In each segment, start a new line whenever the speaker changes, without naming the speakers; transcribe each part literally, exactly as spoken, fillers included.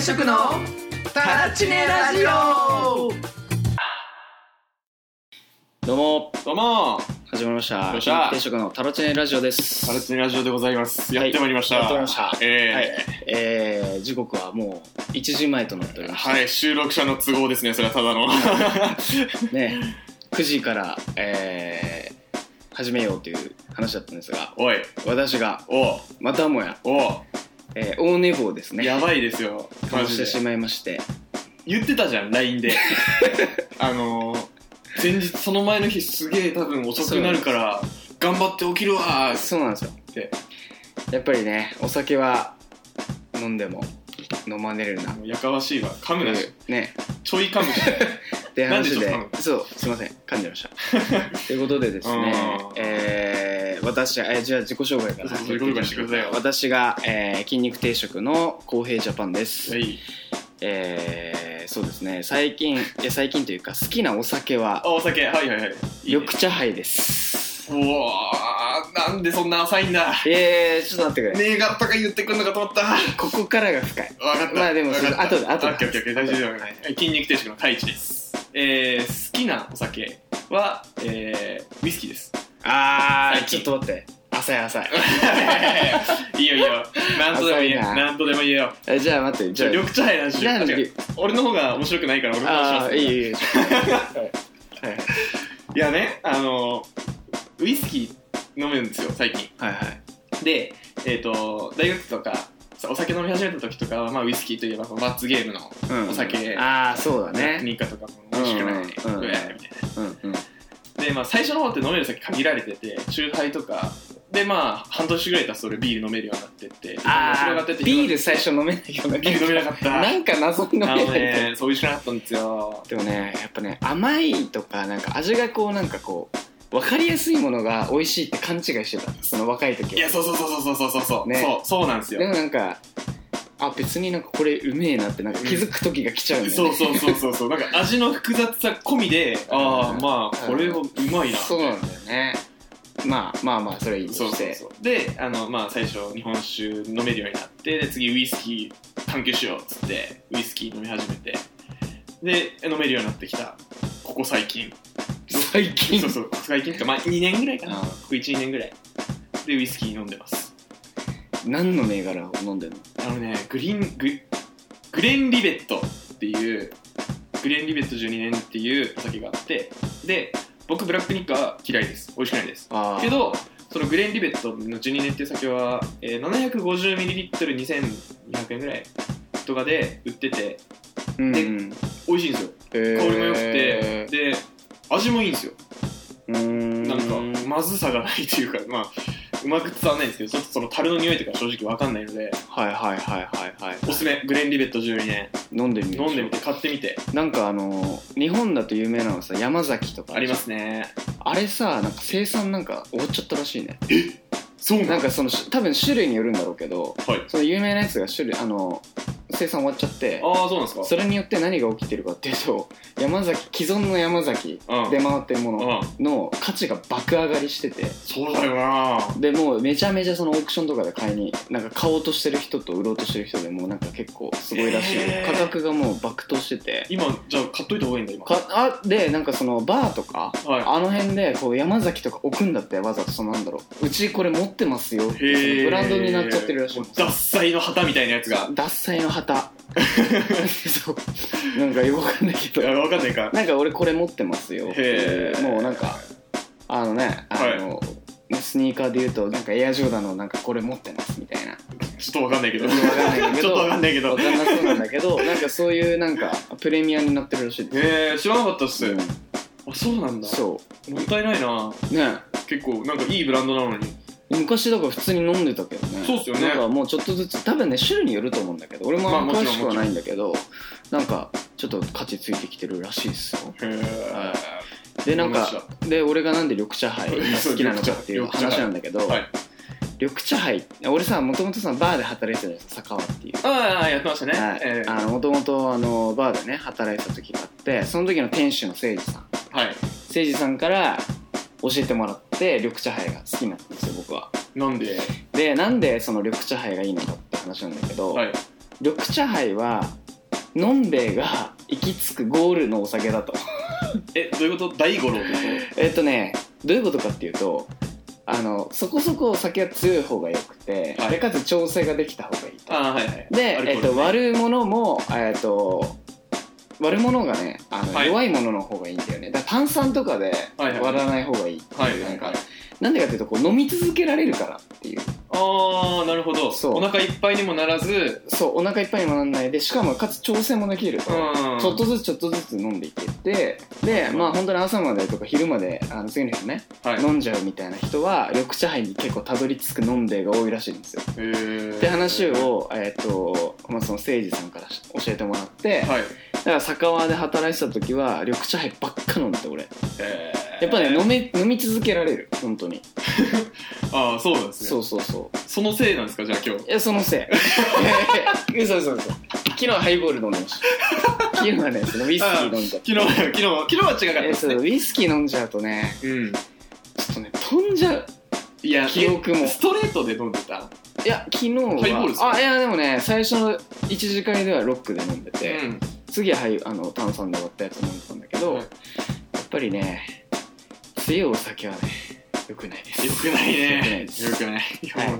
定食のタラチネラジオ。
どうも
どうも
始まりました
よっしゃ
定食のタラチネラジオです。
タラチネラジオでございます。やってまいりました、
はい、やってまいりました、
えー
はいえー、時刻はもういちじまえとなっておりまして、
はい、収録者の都合ですね。それはただの
ね、くじから、えー、始めようという話だったんですが、
おい
私が
お
またもや
お
えー、大寝坊ですね。
やばいですよ
マジでしてしまいまして、
言ってたじゃん ライン であのー前日その前の日すげえ多分遅くなるから頑張って起きるわー。
そうなんですよ
って
やっぱりね、お酒は飲んでも飲まねるな、
やかましいわ。噛むなし
ね、
ちょい噛むし
って話で、
なんでち
そうすいません噛んじゃいましたということでですね、えー、私、えー、じゃあ自己紹介から
自己紹介してくださいよ。
私が、えー、筋肉定食の公平ジャパンです、
はい、
えー、そうですね、最近いや最近というか好きなお酒は
あ、お酒、はいはいはい、
緑茶杯です。
うわー、なんでそんな浅いんだ。
えー、ちょっと待ってくれ。
ねえがとか言ってくんのかと思った。
ここからが深い。
分かった。
まあでもそれ後で後で。
オッケーオッケーオッケー、大丈夫。はい、筋肉定食の太一です。えー、好きなお酒は、えー、ウイスキーです。
あー、ちょっと待って。浅い浅い。
いいよいいよ。なんとでも言えよ。なんとでも言えよ。
え、じゃあ待って。じゃあ
緑茶杯の話。
じゃあ
俺の方が面白くないから俺の話します。
あー、いいいいいい。はい
はい。いやね、あのウイスキー飲むんですよ最近。
はいはい。
で、えっと大学とかお酒飲み始めた時とかは、まあ、ウイスキーといえば罰ゲームのお酒、
うん、ああそうだね。
ニカとかも美味しくない、うんうん、みたいな、
うんうん、
で、まあ、最初の方って飲める酒限られてて、チューハイとかで、まあ半年ぐらい経つと俺ビール飲めるようになってって
あ広がってて、ビール最初飲めないような。
ビール飲めなかった
なんか謎に飲めない。あの
ね、そういうしなかったんですよ。
でもね、やっぱね、甘いとかなんか味がこうなんかこう分かりやすいものが美味しいって勘違いしてた、その若い時は。
いや、そうそうそうそうそうそうそう、ね、そうそうなんですよ。
でもなんかあ、別になんかこれうめえなってなんか気づく時が来ちゃうんだよね、
うん、そうそうそうそうなんか味の複雑さ込みで、ああまあこれはうまいな。
そうなんだよね。まあまあまあそれいいとして、
そうそうそうで、あのまあ最初日本酒飲めるようになって、で次ウイスキー探求しようっつってウイスキー飲み始めて、で飲めるようになってきたここ最近。
最近
そうそう最近ってまあにねんぐらいかな、ここいち、にねんぐらいでウイスキー飲んでます。
何の銘柄を飲んでるの？
あのね、グリーンググレンリベットっていうグレンリベットじゅうにねんっていうお酒があって、で僕ブラックニッカは嫌いです、美味しくないですけど、そのグレンリベットのじゅうにねんっていう酒は、えー、ななひゃくごじゅうミリリットルにせんにひゃくえんぐらいとかで売ってて、うん、で美味しいんですよ。香りも良くて、で味もいいんですよ。うーん、なんかまずさがないというか、まあうまく伝わらないんですけど、ちょっとその樽の匂いとか正直分かんないので、
はいはいはいはいはい、
おすすめ、グレンリベットじゅうにねん
飲んでみて
飲んでみて買ってみて。
なんかあの日本だと有名なのはさ、山崎とか
あ, ありますね。
あれさ、なんか生産なんか終わっちゃったらしいね。
え、そうなの？
なんかその多分種類によるんだろうけど、
はい、
その有名なやつが種類あの生産終わっちゃって、
ああそうなんですか。
それによって何が起きてるかっていうと、山崎既存の山崎で回ってるものの価値が爆上がりしてて、
そうだよな。
でもうめちゃめちゃそのオークションとかで買いになんか買おうとしてる人と売ろうとしてる人でもうなんか結構すごいらしい、価格がもう爆投してて、
今じゃあ買っといた方がいいんだ今。
かあでなんかそのバーとか、はい、あの辺でこう山崎とか置くんだって、わざとそのなんだろう、うちこれ持ってますよってブランドになっちゃってるらしい。
獺祭の旗みたいなやつが、
獺祭の旗そうなんかよくわかんないけど、
わかんないか、
なんか俺これ持ってますよっていう、もうなんかあのね、あの、はい、スニーカーで言うとなんかエアジョーダンのなんかこれ持ってますみたいな、
ちょっとわかんないけど
わかんないけど
ちょっとわかんないけど
わかんなそうなんだけどなんかそういうなんかプレミアになってるらしいです。
へえ、知らなかったっす、うん、あ、そうなんだ。
そう
もったいないなね。結構なんかいいブランドなのに。
昔だから普通に飲んでたけどね。
そうっすよね。
なんかもうちょっとずつ多分ね種類によると思うんだけど、俺もあんま詳しくはないんだけど、なんかちょっと価値ついてきてるらしいですよ。へえ。でなんかで俺がなんで緑茶杯が好きなのかっていう話なんだけど、はい、緑茶杯、俺さもともとさバーで働いてたじゃないですか、坂和っていう。
ああやってましたね。
はい、えー、あのもともとあのバーでね働いてた時があって、その時の店主の誠司さん、はい、誠司さんから教えてもらって緑茶杯が好きになったんですよ、僕は。
なんで？
でなんでその緑茶杯がいいのかって話なんだけど、はい、 緑茶杯はのんべえが行き着くゴールのお酒だと
え、どういうこと？大五郎ってこと？
えっとねどういうことかっていうと、あのそこそこお酒が強い方がよくて、はい、でかつ調整ができた方がいいと。
あ、はいはい、
で、えっと、割るものも、えっと、割るものがねあの、はい、弱いものの方がいいんだよね。だから炭酸とかで割らない方がいいっていう、はいはい、なんかなんでかっていうとこう飲み続けられるからっていう。
ああ、なるほど。そう、お腹いっぱいにもならず、
そうお腹いっぱいにもならないで、しかもかつ調整もできると、うん、ちょっとずつちょっとずつ飲んでいけて、で、うん、まあ本当に朝までとか昼まであの次の日ね、はい、飲んじゃうみたいな人は緑茶杯に結構たどり着く飲んべえが多いらしいんですよ。へーって話を、えーとまあ、その誠司さんから教えてもらって、はい、だから酒場で働いてた時は緑茶杯ばっか飲んでて俺、へーやっぱね飲み、飲み続けられる本当に
ああ、そうなんですね。
そうそうそう、
そのせいなんですか、じゃあ今日。
いや、そのせい嘘嘘嘘昨日ハイボール飲んでました昨日はねそのウイスキー飲んじゃって、
昨日昨日昨日は違かったですね。
ウイスキー飲んじゃうとね、うん、ちょっとね飛んじゃう。いや記憶も
ストレートで飲んでた。
いや昨日は
ハイボールですか？
あ、いやでもね最初のいち次会ではロックで飲んでて、うん、次はハイあの炭酸で割ったやつ飲んでたんだけど、はい、やっぱりね強いお酒はね良くないです。
良くないね。良くない。はい、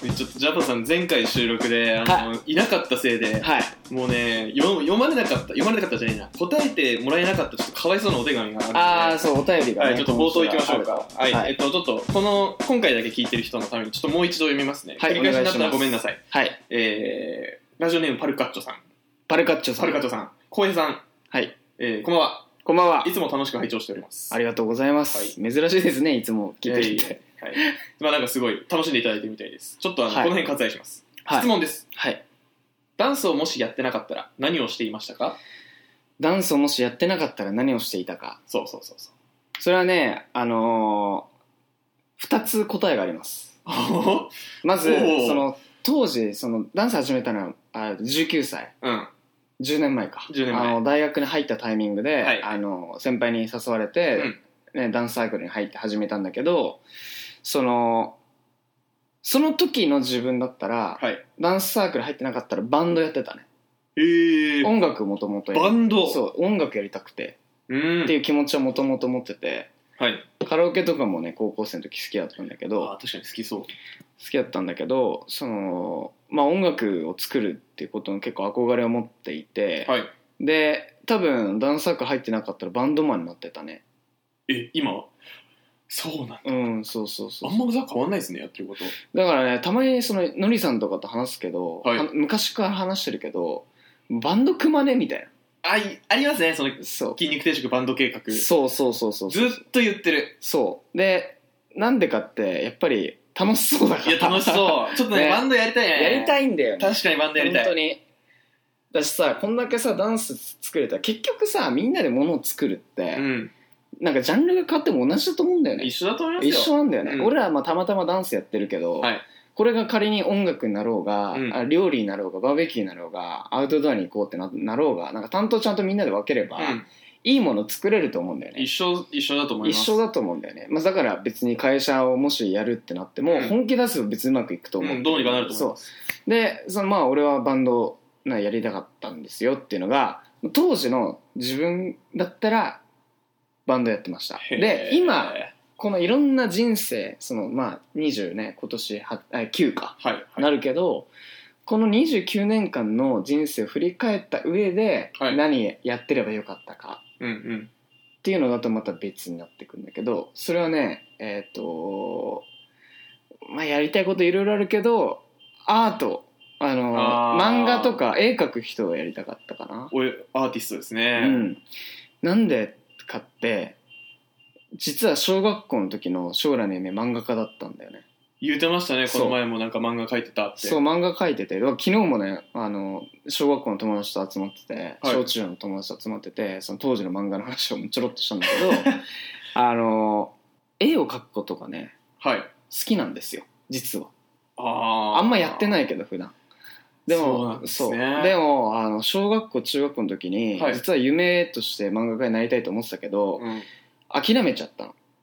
ちょっとジャパさん前回収録であの、はい、いなかったせいで、はい、もうね読まれなかった読まれなかったじゃないな答えてもらえなかったちょっとかわいそうなお手紙があるので、
ああそうお便りがね、
はい、ちょっと冒頭いきましょうか。はい、はい、えっとちょっとこの今回だけ聞いてる人のためにちょっともう一度読みますね。はい、繰り返しになったらごめんなさい。はい、えー、ラジオネームパルカッチョさん。
パルカッチョさん。
パルカッチョさん。浩平さん。はい。えー、こんばんは。
こんばんは。
いつも楽しく拝聴しております。
ありがとうございます。はい、珍しいですね、いつも聞いていて。
はい。まあなんかすごい楽しんでいただいてみたいです。ちょっとあの、はい、この辺割愛します。はい、質問です。はい。ダンスをもしやってなかったら何をしていましたか？
ダンスをもしやってなかったら何をしていたか。
そうそうそうそう。
それはね、あのー、ふたつ答えがあります。まず、その、当時、その、ダンス始めたのはじゅうきゅうさい。うん。じゅうねんまえか。じゅうねんまえ。あの大学に入ったタイミングで、はい、あの先輩に誘われて、うんね、ダンスサークルに入って始めたんだけど、そのその時の自分だったら、はい、ダンスサークル入ってなかったらバンドやってたね。へー。音楽もともと
バンド？
そう音楽やりたくてうんっていう気持ちはもともと持ってて、はい、カラオケとかもね高校生の時好きだったんだけど、
あ確かに好きそう。好
きだったんだけど、そのまあ音楽を作るっていうことに結構憧れを持っていて、はい、で多分ダンスサークル入ってなかったらバンドマンになってたね。
え今そうなんだ。
うんそうそうそう。
あんま変わんないですねやってること。
だからねたまにそののりさんとかと話すけど、はい、昔から話してるけどバンド組まねみたいな。
あ, ありますねその筋肉定食バンド計画。
そうそうそうそう
ずっと言ってる。
そうでなんでかってやっぱり楽しそうだから。
いや楽しそうちょっと ね, ねバンドやりたいね。
やりたいんだよ、ね、
確かにバンドやりたい。
本当にだしさこんだけさダンス作れたら結局さみんなで物を作るって、うん、なんかジャンルが変わっても同じだと思うんだよね。
一緒だと思いますよ。
一緒なんだよね、うん、俺らはまあたまたまダンスやってるけど、はい、これが仮に音楽になろうが、うん、料理になろうがバーベキューになろうがアウトドアに行こうって な, なろうがなんか担当ちゃんとみんなで分ければ、うんいいもの作れると思うんだよね。
一緒一緒だと思います。
一緒だと思うんだよね、まあ、だから別に会社をもしやるってなっても、うん、本気出せば別にうまくいくと思う、うん、
どうにかなると思います。
そうでそのまあ俺はバンドなやりたかったんですよっていうのが当時の自分だったらバンドやってました。で今このいろんな人生そのまあにじゅうね今年はきゅうか、はいはい、なるけどこのにじゅうきゅうねんかんの人生を振り返った上で何やってればよかったか、はいうんうん、っていうのだとまた別になってくるんだけど、それはねえっ、ー、とまあやりたいこといろいろあるけどアートあのあ漫画とか絵描く人をやりたかったかな。
おアーティストですね、
うん、なんでかって実は小学校の時の将来の夢漫画家だったんだよね。
言ってましたねこの前もなんか漫画描いてたって。
そう漫画描いてて昨日もねあの小学校の友達と集まってて、はい、小中の友達と集まっててその当時の漫画の話をちょろっとしたんだけどあの絵を描くことがね、はい、好きなんですよ実は。ああんまやってないけど普段でもそうなんですね。そうでもあの小学校中学校の時に、はい、実は夢として漫画家になりたいと思ってたけど、うん、諦めちゃったの。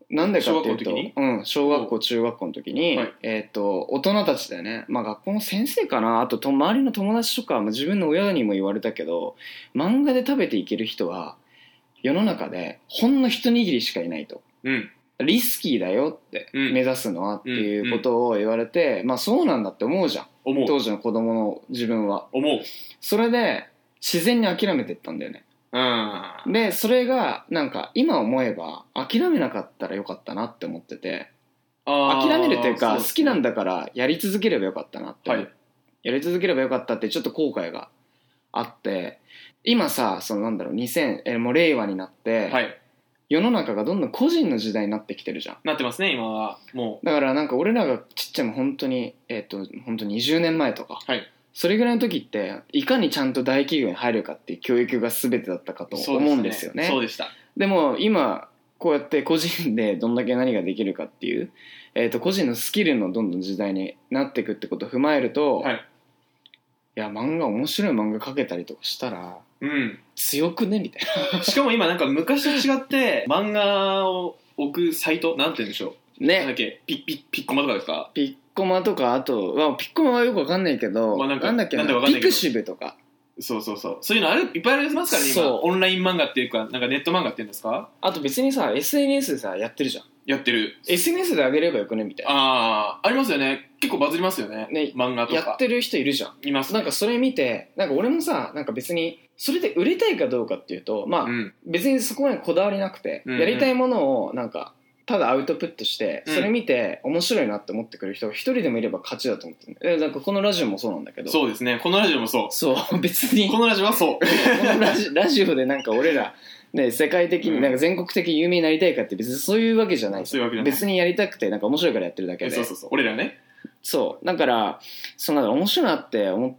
なんでかっていうと、
小学校の時に
うん、小学校中学校の時に、
はい、
えっと大人たちでね、まあ学校の先生かな、あとと周りの友達とか、まあ、自分の親にも言われたけど、漫画で食べていける人は世の中でほんの一握りしかいないと、
うん、
リスキーだよって、
うん、
目指すのはっていうことを言われて、うん、まあそうなんだって思うじゃん、
思う、
当時の子供の自分は
思う。
それで自然に諦めていったんだよね。
うん、
でそれがなんか今思えば諦めなかったらよかったなって思ってて、
あ
諦めるというか、
そうですね、
好きなんだからやり続ければよかったなって、
はい、
やり続ければよかったってちょっと後悔があって、今さ、そのなんだろうにせんえもう令和になって、
はい、
世の中がどんどん個人の時代になってきてるじゃん。
なってますね今は。もう
だからなんか俺らがちっちゃいも本当にえっと本当ににじゅうねんまえとか、
はい、
それぐらいの時っていかにちゃんと大企業に入るかっていう教育が全てだったかと思うんですよね。
そうでした。
でも今こうやって個人でどんだけ何ができるかっていう、えー、と個人のスキルのどんどん時代になっていくってことを踏まえると、
はい、
いや漫画面白い漫画描けたりとかしたら、
うん、
強くねみたいな
しかも今なんか昔と違って漫画を置くサイトなんて言うんでしょうね。なんだっけ、ピッピッピッコマとかですか。
ピッコマとか、あとはピッコマはよくわかんないけど、
まあ、なんか
なんだっけな、
なん
ピクシブとか、
そうそうそう、そういうのあるいっぱいありますからね今。オンライン漫画っていうかなんかネット漫画っていうんですか。
あと別にさ エスエヌエス でさやってるじゃん。
やってる
エスエヌエス で上げればよくねみたいな。
ああ、ありますよね。結構バズりますよね、
ね、
漫画とか
やってる人いるじゃん。
います、ね、
なんかそれ見て、なんか俺もさ、なんか別にそれで売れたいかどうかっていうと、まあ、うん、別にそこまでこだわりなくて、うんうん、やりたいものをなんかただアウトプットして、それ見て面白いなって思ってくる人が一人でもいれば勝ちだと思ってる、ね、なんかこのラジオもそうなんだけど。
そうですね、このラジオもそう
そう別に
このラジオはそう
このラジ、ラジオでなんか俺らね、世界的になんか全国的に有名になりたいかって別にそういうわけじゃない、
そういうわけじゃない。
別にやりたくてなんか面白いからやってるだけで。
そうそうそう、俺らね。
そうだからその面白いなって思った、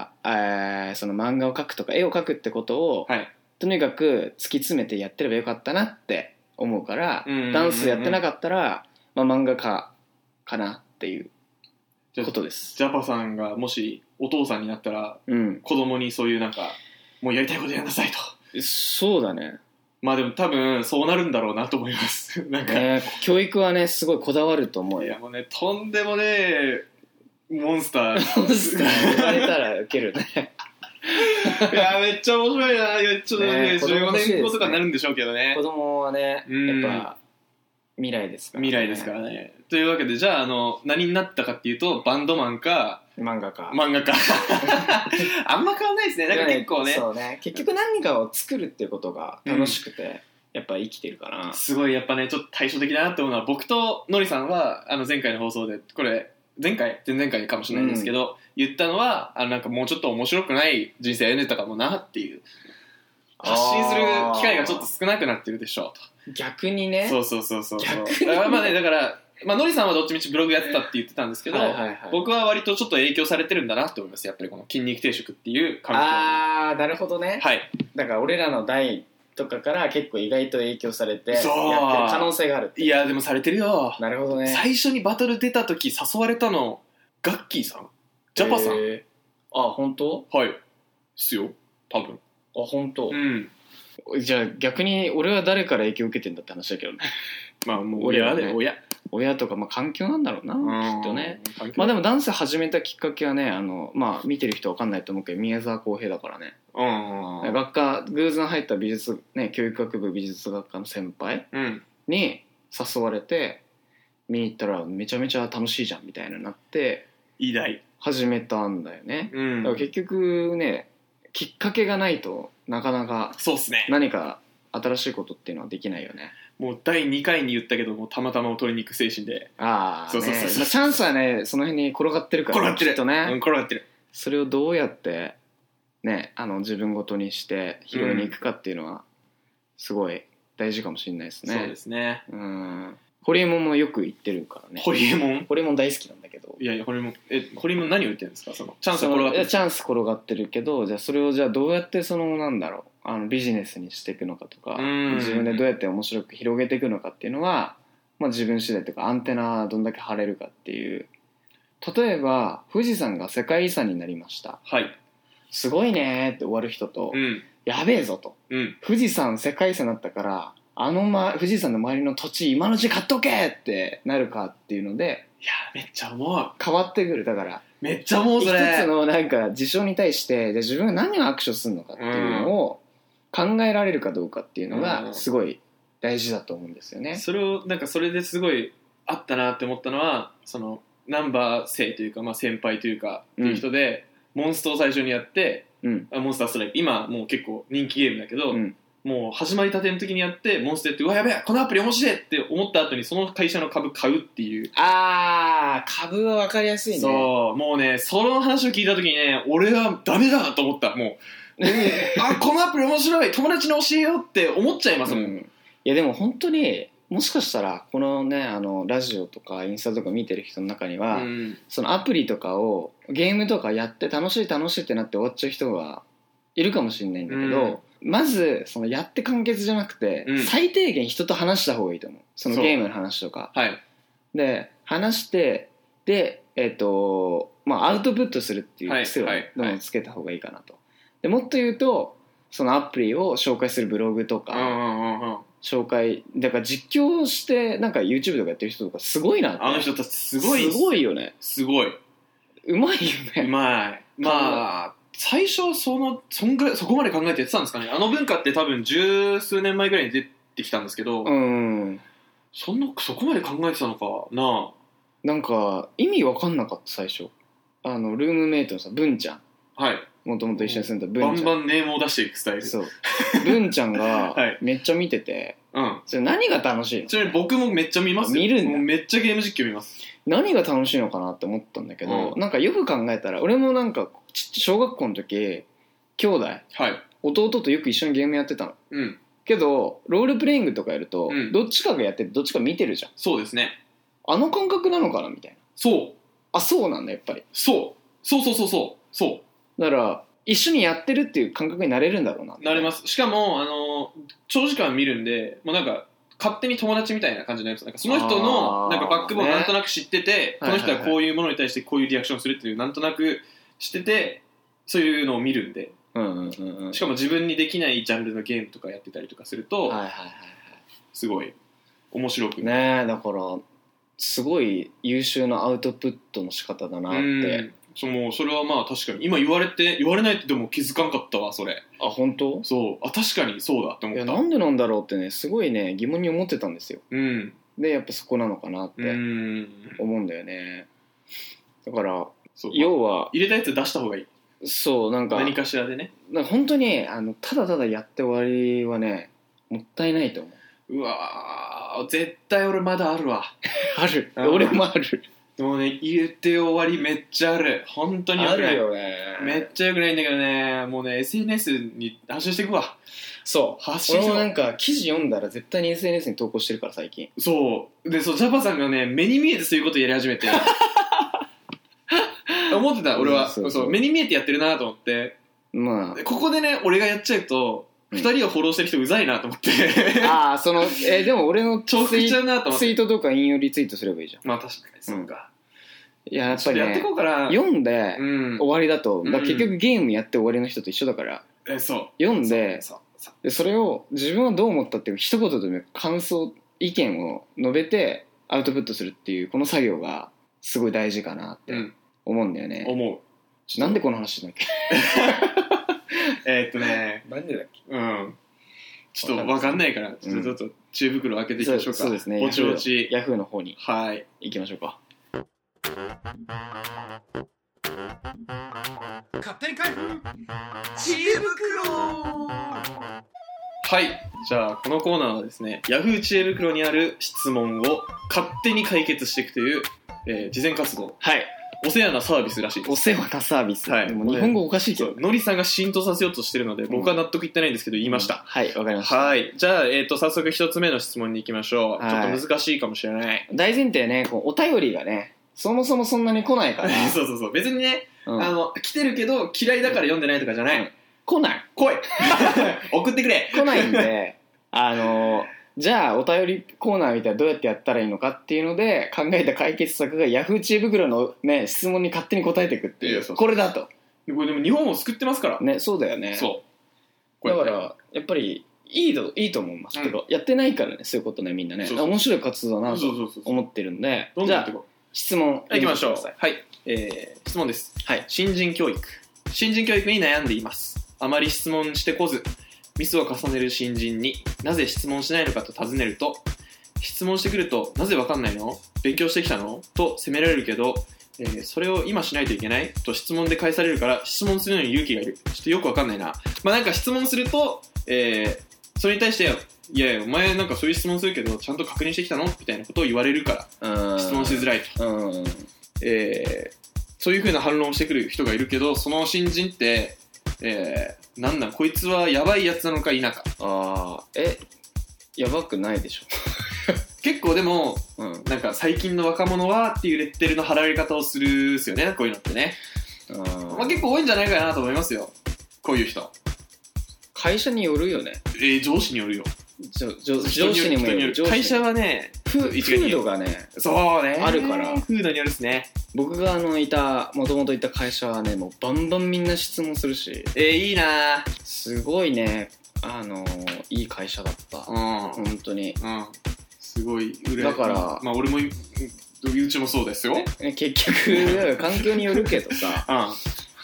えー、その漫画を描くとか絵を描くってことを、はい、とにかく突き詰めてやってればよかったなって思うから、うんうんうんうん、ダンスやってなかったら、まあ、漫画家かなっていうことです。
ジャパさんがもしお父さんになったら、うん、子供にそういうなんかもうやりたいことやんなさいと。
そうだね。
まあでも多分そうなるんだろうなと思いますなんか、
ね、教育はねすごいこだわると思うよ。
いやもうね、とんでもねモンスター
モンスター言われたらウケるね
いやめっちゃ面白いな。いやちょっとね、じゅうごねんごとかになるんでしょうけどね。
子供はねやっぱ未来ですからね。
未来ですからね。というわけでじゃあ、あの何になったかっていうとバンドマンか
漫画家
漫画家あんま変わんないですね。なんか結構ね、
そうね、結局何かを作るっていうことが楽しくて、うん、やっぱ生きてるかな。
すごいやっぱねちょっと対照的だなって思うのは、僕とのりさんはあの前回の放送で、これ前回前々回かもしれないんですけど、うん、言ったのはあのなんかもうちょっと面白くない人生歩んでたかもなっていう、発信する機会がちょっと少なくなってるでしょうと。
逆にね。
そうそうそうそう。逆にね。まあね、だからまあ、のりさんはどっちみちブログやってたって言ってたんですけど、はいはいはい、僕は割とちょっと影響されてるんだなって思います。やっぱりこの筋肉定食っていう環境。
あー、なるほどね。
はい。
だから俺らの代とかから結構意外と影響されてやってる可能性があるって。
いやでもされてるよ。
なるほどね。
最初にバトル出た時誘われたのガッキーさん、ジャパさん。
あ、本当？
はい。ですよ、多分。
あ、本当。
うん。
じゃあ逆に俺は誰から影響を受けてんだって話だけどね。
まあもう親で、ね、親。
親とか、まあ、環境なんだろうな、きっとね。まあでもダンス始めたきっかけはね、あの、まあ見てる人わかんないと思うけど、宮沢浩平だからね。
うん。
学科、偶然入った美術、ね、教育学部美術学科の先輩に誘われて、見に行ったらめちゃめちゃ楽しいじゃんみたいななって、
偉大。
始めたんだよね。
うん。
だから結局ね、きっかけがないとなかなか
そうっすね。
何か新しいことっていうのはできないよね。
もうだいにかいに言ったけども、たまたまを取りに行く精神で。
ああ、
そうそうそうそう、
ね、チャンスはねその辺に転がってるから、
転がってる
きっとね、
うん、転がってる。
それをどうやってね、あの自分ごとにして拾いに行くかっていうのはすごい大事かもしれないですね。
そうですね。
うん。ホリエモンもよく言ってるからね。
ホリエモン？
ホリエモン大好きなんだけど。
いやいや、ホリエモン、え、ホリエモン何を言ってるんですか？そのチャンス転がってる。
チャンス転がってるけど、じゃあそれをじゃあどうやってそのなんだろう、あのビジネスにしていくのかとか、自分でどうやって面白く広げていくのかっていうのは、まあ自分次第というかアンテナどんだけ張れるかっていう。例えば富士山が世界遺産になりました。
はい。
すごいねーって終わる人と、
うん、
やべえぞと、
うん、
富士山世界遺産になったからあの、ま、富士山の周りの土地今のうち買っとけってなるかっていうので、
いやめっちゃ思う。
変わってくる。だから
めっちゃ思うそれ。
一つのなんか事象に対してで自分が何をアクションするのかっていうのを考えられるかどうかっていうのがすごい大事だと思うんですよね。
それをなんかそれですごいあったなって思ったのは、そのナンバー生というか、まあ、先輩というかっていう人で、うん、モンストを最初にやって、うん、モンスターストライク今もう結構人気ゲームだけど、うん、もう始まりたての時にやってモンスターやって、うわやべえこのアプリ面白いって思った後にその会社の株買うっていう。
あー株は分かりやすいね。
そうもうねその話を聞いた時にね俺はダメだと思った。もうあこのアプリ面白い友達に教えようって思っちゃいますもん、うん、
いやでも本当にもしかしたらこのねあのラジオとかインスタとか見てる人の中には、うん、そのアプリとかをゲームとかやって楽しい楽しいってなって終わっちゃう人がいるかもしれないんだけど、うん、まずそのやって完結じゃなくて、うん、最低限人と話した方がいいと思う。そのゲームの話とか、
はい、
で話してでえっ、ー、とまあアウトプットするっていう癖をどんどんつけた方がいいかなと。でもっと言うとそのアプリを紹介するブログとか、うんうんうんうん紹介だから実況してなんか YouTube とかやってる人とかすごいなって。
あの人たちすごい
すごいよね。
すごい。
うまいよね。
うまい。まあ最初そのそんぐらいそこまで考えてやってたんですかね。あの文化って多分十数年前ぐらいに出てきたんですけど、うん。そんなそこまで考えてたのかな。
なんか意味わかんなかった最初。あのルームメイトのさ文ちゃん。
はい。
もともと一緒に住んだ文ちゃん。
バンバンネームを出していくスタイル。
そう。文ちゃんがめっちゃ見てて、はい、うん。それ何が楽しいの？
ちなみに僕もめっちゃ見ますよ。
見るんだ。
めっちゃゲーム実況見ます。
何が楽しいのかなって思ったんだけど、うん、なんかよく考えたら俺もなんか小学校の時兄弟、はい、弟とよく一緒にゲームやってたの。うん。けどロールプレイングとかやると、うん、どっちかがやっててどっちか見てるじゃん。
そうですね。
あの感覚なのかなみたいな。
そう。
あ、そうなんだやっぱり。
そう。そうそうそうそう。そう。
だから一緒にやってるっていう感覚になれるんだろうな。
なれます。しかもあの長時間見るんで、もうなんか勝手に友達みたいな感じになります。なんかその人のなんかバックボーンなんとなく知ってて、ね、この人はこういうものに対してこういうリアクションするっていうなんとなく知ってて、そういうのを見るんで、うんうんうんうん、しかも自分にできないジャンルのゲームとかやってたりとかすると、はいはいはいはい、すごい面白く
ね。だからすごい優秀なアウトプットの仕方だなって。
そのそれはまあ確かに今言われて言われないとでも気づかんかったわそれ。
あ本当？
そうあ確かにそうだって思った。
いやなんでなんだろうってねすごいね疑問に思ってたんですよ。うん。でやっぱそこなのかなって思うんだよね。だからそう要は
入れたやつ出した方がいい。
そうなんか
何かしらでね。
なんか本当にあのただただやって終わりはねもったいないと思う。
うわー絶対俺まだあるわ。
ある。俺もある。
でもね入れて終わりめっちゃある。本当によくない。あるよね。めっちゃよくないんだけどね。もうね エスエヌエス に発信していくわ。
そう発信していくわ。俺もなんか記事読んだら絶対に エスエヌエス に投稿してるから最近。
そうでそうジャパさんがね目に見えてそういうことやり始めて思ってた俺は。そうそうそうそう目に見えてやってるなと思って、まあ、ここでね俺がやっちゃうとふたりをフォローしてる人うざいなと思って
ああその、えー、でも俺のツイ
重複しちゃうなと思って
ツイートとか引用リツイートすればいいじゃん。
まあ確かにそうか、
うん、いややっぱりね
やってこうかな。
読んで終わりだと、うん、だ結局ゲームやって終わりの人と一緒だから、
うん、えそう
読んで そ, そ, でそれを自分はどう思ったっていう一言でも感想意見を述べてアウトプットするっていうこの作業がすごい大事かなって思うんだよね、
うん、思う。
なんでこの話だっけ
えっとね
なんでだっけ。
うんちょっと分かんないからちょっと、うん、知恵袋開けていきましょうか。
そうですね。
ぼちぼち
ヤフーの方に
はい
行きましょうか。
勝手に開封知恵袋。はいじゃあこのコーナーはですねヤフー知恵袋にある質問を勝手に解決していくという、えー、慈善活動。はいお世話なサービスらしいです。
お世話なサービス、はい、でも日本語おかしいけど、
のりさんが浸透させようとしてるので僕は納得いってないんですけど言いました、うん、
はいわかりました。
はいじゃあ、えー、と早速一つ目の質問に行きましょう、はい、ちょっと難しいかもしれない。
大前提ねこうお便りがねそもそもそんなに来ないから
そうそうそう別にね、うん、あの来てるけど嫌いだから読んでないとかじゃない、うん、
来ない
来い送ってくれ
来ないんであのじゃあお便りコーナーみたいなどうやってやったらいいのかっていうので考えた解決策がヤフー知恵袋の、ね、質問に勝手に答えていくっていう。いやそうそうこれだと。
これでも日本を救ってますから
ね。そうだよね。
そう
だからやっぱりいいといいと思います、うん、てかやってないからねそういうことねみんなね。そうそう面白い活動だなと思ってるんで、じゃあ質問
いきましょう。はい、えー、質問です。はい、新人教育新人教育に悩んでいます。あまり質問してこずミスを重ねる新人になぜ質問しないのかと尋ねると、質問してくるとなぜわかんないの、勉強してきたのと責められるけど、えー、それを今しないといけないと質問で返されるから質問するのに勇気がいる。ちょっとよくわかんないな。まあなんか質問すると、えー、それに対していやいやお前なんかそういう質問するけどちゃんと確認してきたのみたいなことを言われるから質問しづらいと、うんえー、そういう風な反論をしてくる人がいるけど、その新人ってえー、なんなんこいつはやばいやつなのか否か。
あーえやばくないでしょ
結構でも、うん、なんか最近の若者はっていうレッテルの貼られ方をするっすよね、こういうのってね。あ、まあ、結構多いんじゃないかなと思いますよ、こういう人。
会社によるよね。
えー、上司によるよ。
上, 上司にもよる。
会社はね
風土がね
そうね
あるから
風土によるっすね。
僕があのいたもともといた会社はねもうバンバンみんな質問するし、
えー、いいな
すごいねあのー、いい会社だった、うん、本当に、うん、
すごい嬉しい。
だから
まあ俺もうちもそうですよ、
ね、結局環境によるけどさ、うん、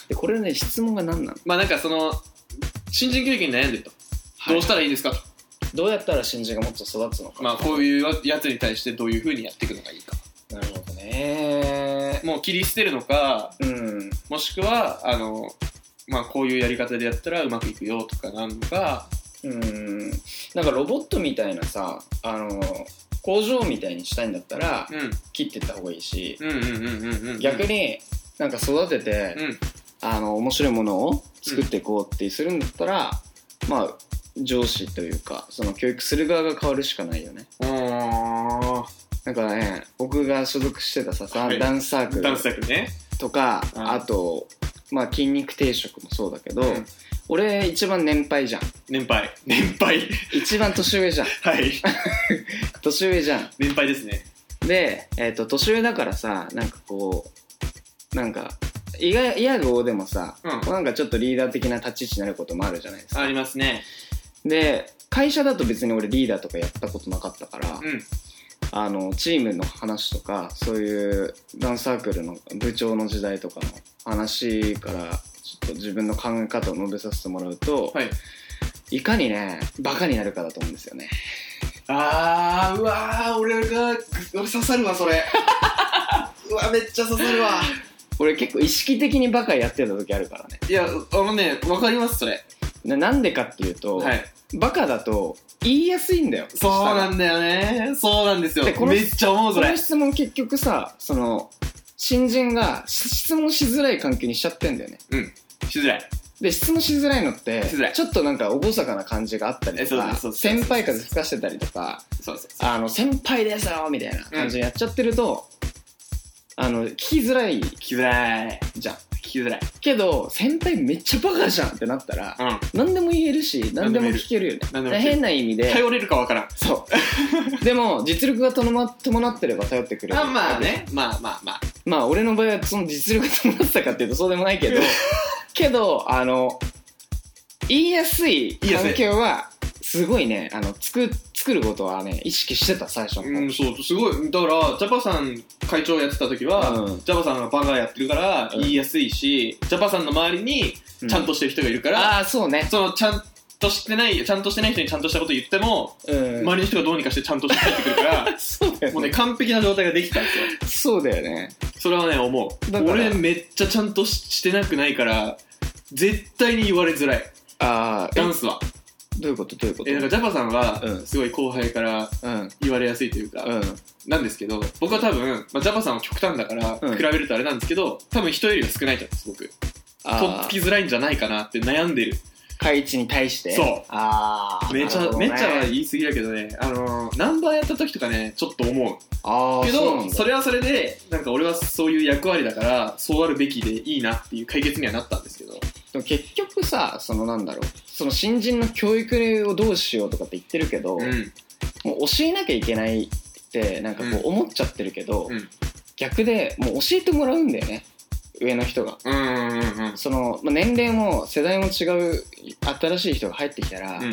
でこれね質問が何なの。
まあなんかその新人教育に悩んでると、はい、どうしたらいいですかと、
どうやったら新人がもっと育つのか、
まあこういうやつに対してどういう風にやっていくのがいいか。
なるほどね。
もう切り捨てるのか、うん、もしくはあの、まあ、こういうやり方でやったらうまくいくよとかなんのか、
うん、なんかロボットみたいなさあの工場みたいにしたいんだったら、うん、切っていった方がいいし、逆になんか育てて、うん、あの面白いものを作っていこうってするんだったら、うん、まあ上司というかその教育する側が変わるしかないよね。あなんかね僕が所属してたさ、はい、ダンスサークル
ダンスサークルね
とか、うん、あと、まあ、筋肉定食もそうだけど、うん、俺一番年配じゃん。
年配年配
一番年上じゃん
はい
年上じゃん。
年配ですね。
で、えーと、年上だからさなんかこうなんかいやいやごでもさ、うん、なんかちょっとリーダー的な立ち位置になることもあるじゃないですか。
ありますね。
で会社だと別に俺リーダーとかやったことなかったから、うん、あのチームの話とかそういうダンスサークルの部長の時代とかの話からちょっと自分の考え方を述べさせてもらうと、はい、いかにねバカになるかだと思うんですよね。
あーうわー俺が俺刺さるわそれうわめっちゃ刺さるわ
俺結構意識的にバカやってた時あるからね。
いやあのね分かりますそれ。
な, なんでかっていうと、はい、バカだと言いやすいんだよ。
そうなんだよね。そうなんですよ。めっちゃ思うそれ。
この質問結局さその新人が質問しづらい環境にしちゃってんだよね。
うんしづらい。
で質問しづらいのってちょっとなんか厳かな感じがあったりとか先輩風吹かしてたりとかそうそうそうあの先輩ですよみたいな感じでやっちゃってると、うん、あの聞きづらい
聞きづらい
じゃん。
聞きづらいけ
ど先輩めっちゃバカじゃんってなったら、うん、何でも言えるし何でも聞けるよね。変な意味で
頼れるかわからん。
そうでも実力が伴ってれば頼ってくれる。
あまあねまあまあまあ
まあ俺の場合はその実力が伴ってたかっていうとそうでもないけどけどあの言いやすい環境はすごいねあの 作, 作ることはね意識してた最初の。
うんそうすごいだからジャパさん会長やってた時は、うん、ジャパさんがバカやってるから言いやすいし、うん、ジャパさんの周りにちゃんとしてる人がいるから、うん、
ああそうね
そのちゃんとしてないちゃんとしてない人にちゃんとしたこと言っても、うん、周りの人がどうにかしてちゃんとして帰ってくるから
そうだよ、ね、
もうね完璧な状態ができたんです
よ。そうだよね。
それはね思う。俺めっちゃちゃんと し, してなくないから絶対に言われづらい。あダンスは
どういうことどういうこと。
えなんかジャパさんはすごい後輩から言われやすいというか、うん、なんですけど僕は多分、まあ、ジャパさんは極端だから比べるとあれなんですけど、うん、多分人よりは少ないと思うんです僕。とっつきづらいんじゃないかなって悩んでる。
会一に対して
そうあめちゃ、ね、めちゃは言い過ぎだけどねあのー、ナンバーやった時とかねちょっと思うあけど そ, それはそれでなんか俺はそういう役割だからそうあるべきでいいなっていう解決にはなったんですけど、
でも結局さそのなんだろうその新人の教育をどうしようとかって言ってるけど、うん、もう教えなきゃいけないってなんかこう思っちゃってるけど、うん、逆でもう教えてもらうんだよね上の人が、うんうんうん、その、まあ、年齢も世代も違う新しい人が入ってきたら、うん、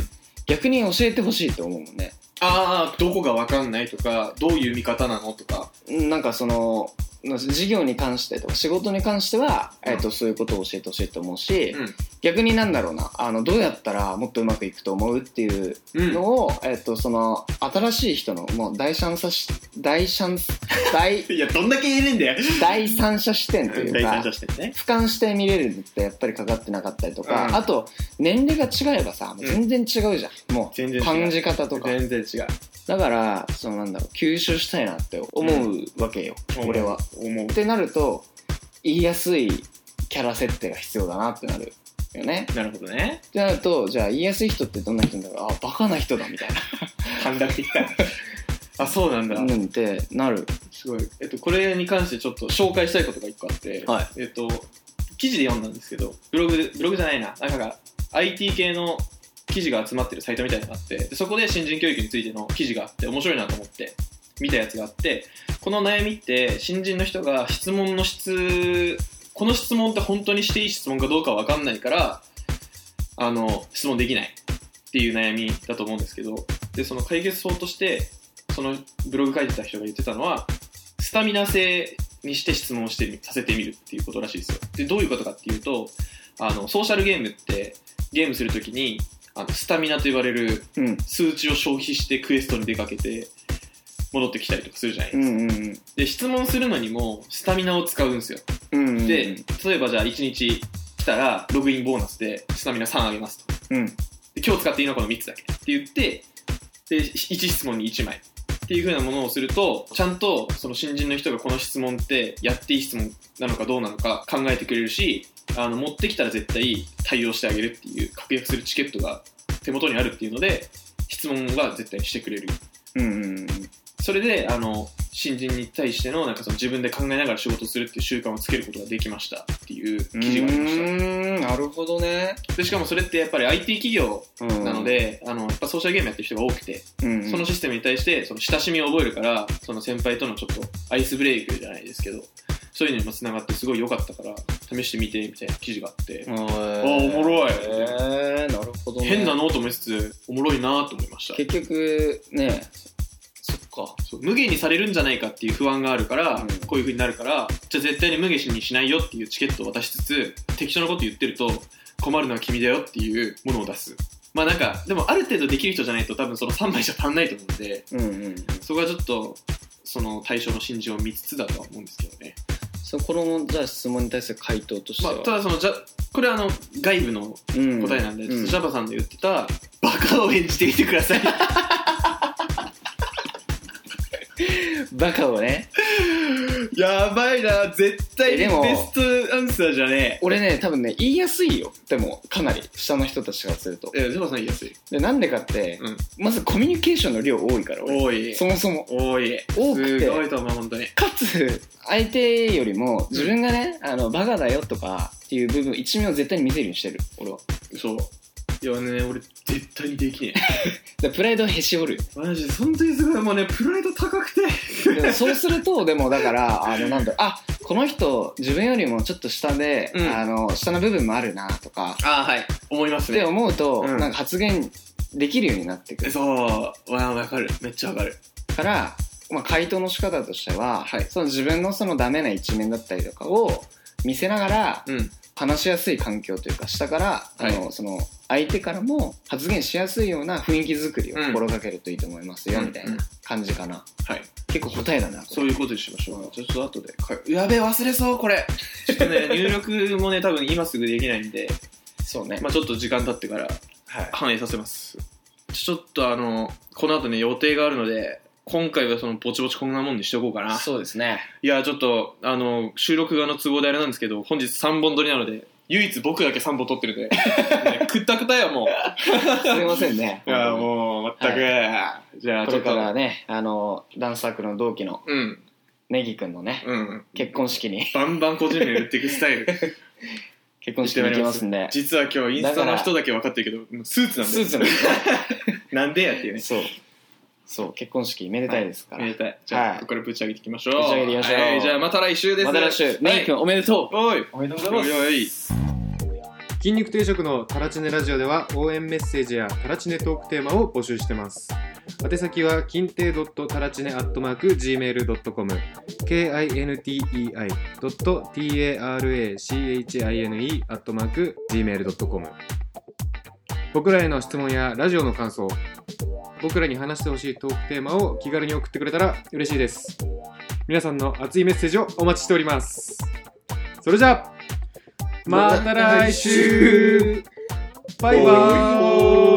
逆に教えてほしいって思うもんね。
ああ、どこが分かんないとか、どういう見方なのとか。
なんかその事業に関してとか仕事に関しては、うん、えー、とそういうことを教えてほしいと思うし、うん、逆になんだろうな、あのどうやったらもっとうまくいくと思うっていうのを、うん、えー、とその新しい人のもう第三者し第三第
いやどんだけ言えねえんだよ
第三者視点というか、
第三者視点ね、
俯瞰して見れるってやっぱりかかってなかったりとか、うん、あと年齢が違えばさ、全然違うじゃん、うん、もう感じ方とか
全然違う。
だからそのなんだろう、吸収したいなって思うわけよ、うん、俺は思うってなると言いやすいキャラ設定が必要だなってなるよね。
なるほどね。
ってなると、じゃあ言いやすい人ってどんな人だろう、あバカな人だみたいな
短絡的かあ、そうなんだ
なんてなる。
すごい、えっと、これに関してちょっと紹介したいことがいっこあって、はい、えっと記事で読んだんですけど、ブログでブログじゃないな、なんか アイティー 系の記事が集まってるサイトみたいなのがあって、でそこで新人教育についての記事があって面白いなと思って見たやつがあって、この悩みって新人の人が質問の質この質問って本当にしていい質問かどうかは分かんないからあの質問できないっていう悩みだと思うんですけど、でその解決法としてそのブログ書いてた人が言ってたのは、スタミナ制にして質問をしてさせてみるっていうことらしいですよ。でどういうことかっていうと、あのソーシャルゲームってゲームするときにあのスタミナと言われる数値を消費してクエストに出かけて戻ってきたりとかするじゃないですか、うんうんうん、で質問するのにもスタミナを使うんですよ、うんうんうん、で例えばじゃあいちにち来たらログインボーナスでスタミナさんあげますと、うん、で今日使っていいのはこのみっつだけって言ってでいち質問にいちまいっていう風なものをすると、ちゃんとその新人の人がこの質問ってやっていい質問なのかどうなのか考えてくれるし、あの持ってきたら絶対対応してあげるっていう確約するチケットが手元にあるっていうので質問は絶対にしてくれる、うんうんうん、それであの新人に対してのなんかその自分で考えながら仕事をするっていう習慣をつけることができましたっていう記事がありました。う
ーん、なるほどね。
でしかもそれってやっぱり アイティー 企業なので、うん、あのやっぱソーシャルゲームやってる人が多くて、うんうん、そのシステムに対してその親しみを覚えるからその先輩とのちょっとアイスブレイクじゃないですけどそういうのにもつながってすごい良かったから試してみてみたいな記事があって、ああおもろい、
えー、なるほどね。
変なのと思いつつおもろいなと思いました。
結局ね、そっか、
そう無限にされるんじゃないかっていう不安があるから、うん、こういう風になるから、じゃあ絶対に無限にしないよっていうチケットを渡しつつ適当なこと言ってると困るのは君だよっていうものを出す。まあなんかでもある程度できる人じゃないと多分そのさんまいじゃ足んないと思うんで、うんうんうん、そこはちょっとその対象の新人を見つつだとは思うんですけどね。
そこのじゃあ質問に対する回答としては、
まあ、ただそのじゃこれはあの外部の答えなんで、うん、ジャパさんの言ってたバカを演じてみてください
バカをね
やばいな、絶対ベストアンサーじゃねえ。
俺ね多分ね言いやすいよ。でもかなり下の人たちからすると、
えジャパさん言いやすい。
でなんでかって、うん、まずコミュニケーションの量多いから俺。多い。そもそも
多い。
多くて
すごいと思う本当に。
かつ相手よりも自分がね、うん、あのバカだよとかっていう部分一面を絶対に見せるようにしてる俺は。
そう。いやね俺絶対にできね
えプライドをへし折るよ
マジで本当にすごい。もうねプライド高くて
そうするとでもだからあのなんだろう、あこの人自分よりもちょっと下で、うん、あの下の部分もあるなとか
あはい思いますね
って思うと、うん、なんか発言できるようになってくる。
そうわ分かる、めっちゃ分かる
から、まあ、回答の仕方としては、はい、その自分のそのダメな一面だったりとかを見せながら、うん、話しやすい環境というか下から、はい、あのその相手からも発言しやすいような雰囲気作りを心がけるといいと思いますよ、うん、みたいな感じかな、うん、はい。結構答えだな。
そういうことにしましょう、うん、ちょっと後でやべえ忘れそうこれちょっとね入力もね多分今すぐできないんで
そうね、
まあ、ちょっと時間経ってから反映させます、はい、ちょっとあのこの後ね予定があるので今回はそのぼちぼちこんなもんにしておこうかな。
そうですね。
いやちょっとあの収録側の都合であれなんですけど本日さんぼん撮りなので唯一僕だけさんぼん撮ってるんで、ね、くったくたよもう
すいませんね。
いやもう全く、はい、じゃあ
これからねあのダンスサークルの同期のネギくんのね、うん、結婚式に
バンバン個人名売っていくスタイル
結婚式に行きますんで。
実は今日インスタの人だけ分かってるけどスーツなんです。
スーツなんですね
なんでやっていうね。
そうそう結婚式めでたいですから、
はい、めでたい。じゃあ、はい、ここからぶち上げていきましょう。
ぶち上げていきましょう、
はい、じゃあまた来週です。
また来週。ネギくんおめでとう。
おい
おめでとうございます。
おいおい
筋肉定食のタラチネラジオでは応援メッセージやタラチネトークテーマを募集してます。宛先は筋定 タラチネ アットマーク ジーメール ドットコム キンテイ タラチネ アットマーク ジーメール ドットコム。 僕らへの質問やラジオの感想、僕らに話してほしいトークテーマを気軽に送ってくれたら嬉しいです。皆さんの熱いメッセージをお待ちしております。それじゃあまた来週、バイバーイ。